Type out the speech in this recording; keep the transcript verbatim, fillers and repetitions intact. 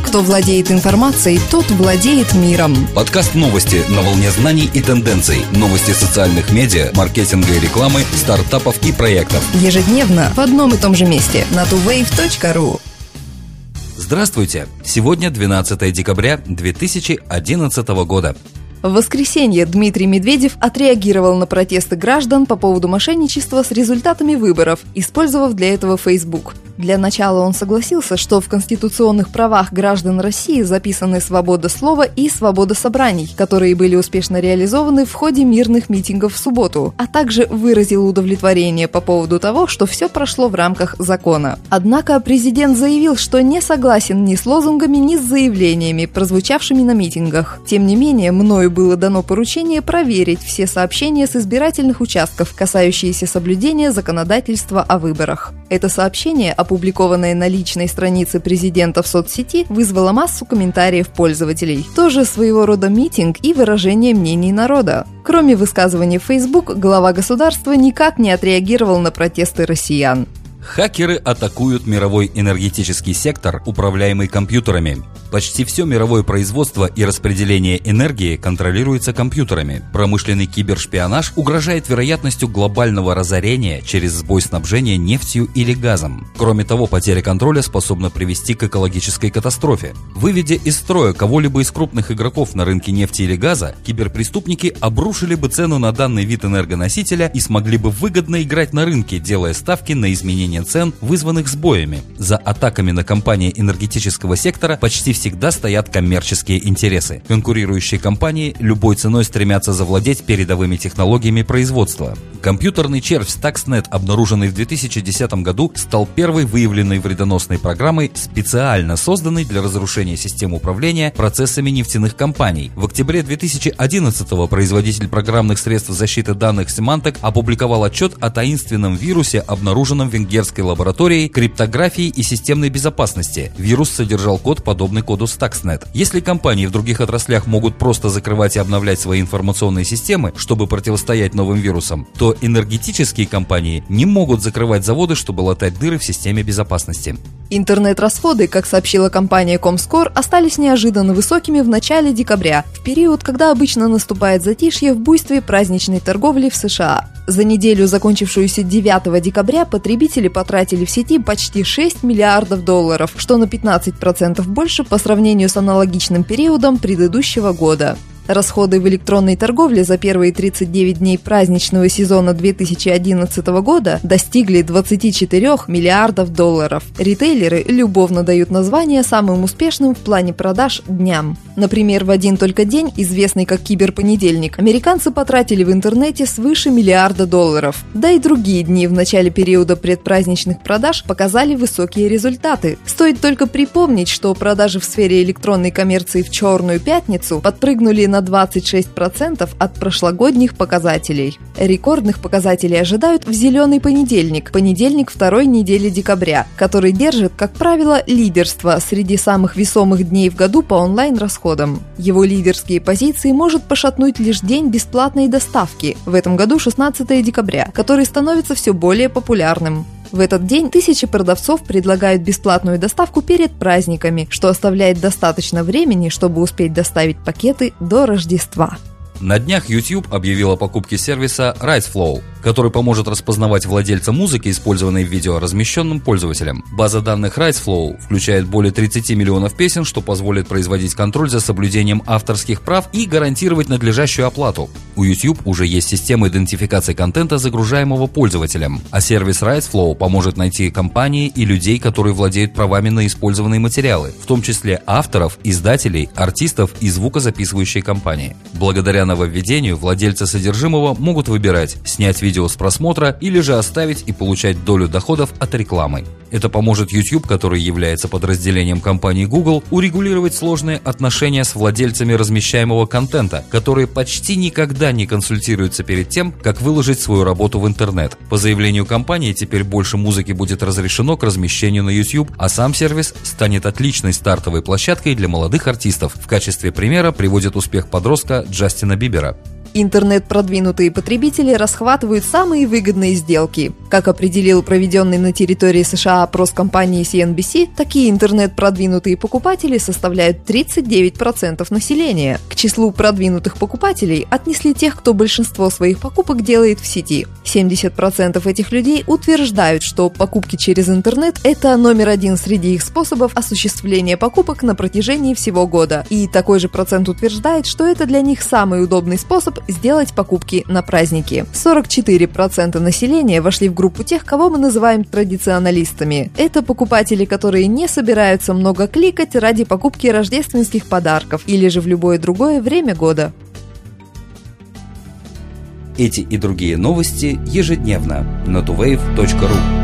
Кто владеет информацией, тот владеет миром. Подкаст «Новости» на волне знаний и тенденций. Новости социальных медиа, маркетинга и рекламы, стартапов и проектов. Ежедневно в одном и том же месте на ту вейв точка ру. Здравствуйте! Сегодня двенадцатое декабря две тысячи одиннадцатого года. В воскресенье Дмитрий Медведев отреагировал на протесты граждан по поводу мошенничества с результатами выборов, использовав для этого Facebook. Для начала он согласился, что в конституционных правах граждан России записаны свобода слова и свобода собраний, которые были успешно реализованы в ходе мирных митингов в субботу, а также выразил удовлетворение по поводу того, что все прошло в рамках закона. Однако президент заявил, что не согласен ни с лозунгами, ни с заявлениями, прозвучавшими на митингах. Тем не менее, мною было дано поручение проверить все сообщения с избирательных участков, касающиеся соблюдения законодательства о выборах. Это сообщение, опубликованное на личной странице президента в соцсети, вызвало массу комментариев пользователей. Тоже своего рода митинг и выражение мнений народа. Кроме высказываний в Facebook, глава государства никак не отреагировал на протесты россиян. Хакеры атакуют мировой энергетический сектор, управляемый компьютерами. Почти все мировое производство и распределение энергии контролируется компьютерами. Промышленный кибершпионаж угрожает вероятностью глобального разорения через сбой снабжения нефтью или газом. Кроме того, потеря контроля способна привести к экологической катастрофе. Выведя из строя кого-либо из крупных игроков на рынке нефти или газа, киберпреступники обрушили бы цену на данный вид энергоносителя и смогли бы выгодно играть на рынке, делая ставки на изменение цен, вызванных сбоями. За атаками на компании энергетического сектора почти всегда стоят коммерческие интересы. Конкурирующие компании любой ценой стремятся завладеть передовыми технологиями производства. Компьютерный червь Stuxnet, обнаруженный в две тысячи десятом году, стал первой выявленной вредоносной программой, специально созданной для разрушения систем управления процессами нефтяных компаний. В октябре две тысячи одиннадцатого производитель программных средств защиты данных Symantec опубликовал отчет о таинственном вирусе, обнаруженном в венгерской лабораторией криптографии и системной безопасности. Вирус содержал код, подобный коду Stuxnet. Если компании в других отраслях могут просто закрывать и обновлять свои информационные системы, чтобы противостоять новым вирусам, то энергетические компании не могут закрывать заводы, чтобы латать дыры в системе безопасности. Интернет-расходы, как сообщила компания Comscore, остались неожиданно высокими в начале декабря, в период, когда обычно наступает затишье в буйстве праздничной торговли в США. За неделю, закончившуюся девятого декабря, потребители потратили в сети почти шесть миллиардов долларов, что на пятнадцать процентов больше по сравнению с аналогичным периодом предыдущего года. Расходы в электронной торговле за первые тридцать девять дней праздничного сезона две тысячи одиннадцатого года достигли двадцати четырёх миллиардов долларов. Ритейлеры любовно дают название самым успешным в плане продаж дням. Например, в один только день, известный как Киберпонедельник, американцы потратили в интернете свыше миллиарда долларов. Да и другие дни в начале периода предпраздничных продаж показали высокие результаты. Стоит только припомнить, что продажи в сфере электронной коммерции в Черную пятницу подпрыгнули на на двадцать шесть процентов от прошлогодних показателей. Рекордных показателей ожидают в Зеленый понедельник, понедельник второй недели декабря, который держит, как правило, лидерство среди самых весомых дней в году по онлайн-расходам. Его лидерские позиции может пошатнуть лишь день бесплатной доставки, в этом году шестнадцатого декабря, который становится все более популярным. В этот день тысячи продавцов предлагают бесплатную доставку перед праздниками, что оставляет достаточно времени, чтобы успеть доставить пакеты до Рождества. На днях YouTube объявил о покупке сервиса RightsFlow, который поможет распознавать владельца музыки, использованной в видео, размещенным пользователем. База данных RightsFlow включает более тридцати миллионов песен, что позволит производить контроль за соблюдением авторских прав и гарантировать надлежащую оплату. У YouTube уже есть система идентификации контента, загружаемого пользователем, а сервис RightsFlow поможет найти компании и людей, которые владеют правами на использованные материалы, в том числе авторов, издателей, артистов и звукозаписывающие компании. Благодаря нововведению владельцы содержимого могут выбирать снять видео с просмотра или же оставить и получать долю доходов от рекламы. Это поможет YouTube, который является подразделением компании Google, урегулировать сложные отношения с владельцами размещаемого контента, которые почти никогда не консультируются перед тем, как выложить свою работу в интернет. По заявлению компании, теперь больше музыки будет разрешено к размещению на YouTube, а сам сервис станет отличной стартовой площадкой для молодых артистов. В качестве примера приводит успех подростка Джастина Бибера. Интернет-продвинутые потребители расхватывают самые выгодные сделки. Как определил проведенный на территории США опрос компании си эн би си, такие интернет-продвинутые покупатели составляют тридцать девять процентов населения. К числу продвинутых покупателей отнесли тех, кто большинство своих покупок делает в сети. семьдесят процентов этих людей утверждают, что покупки через интернет – это номер один среди их способов осуществления покупок на протяжении всего года. И такой же процент утверждает, что это для них самый удобный способ сделать покупки на праздники. сорок четыре процента населения вошли в группу тех, кого мы называем традиционалистами. Это покупатели, которые не собираются много кликать ради покупки рождественских подарков или же в любое другое время года. Эти и другие новости ежедневно на тувейв точка ру.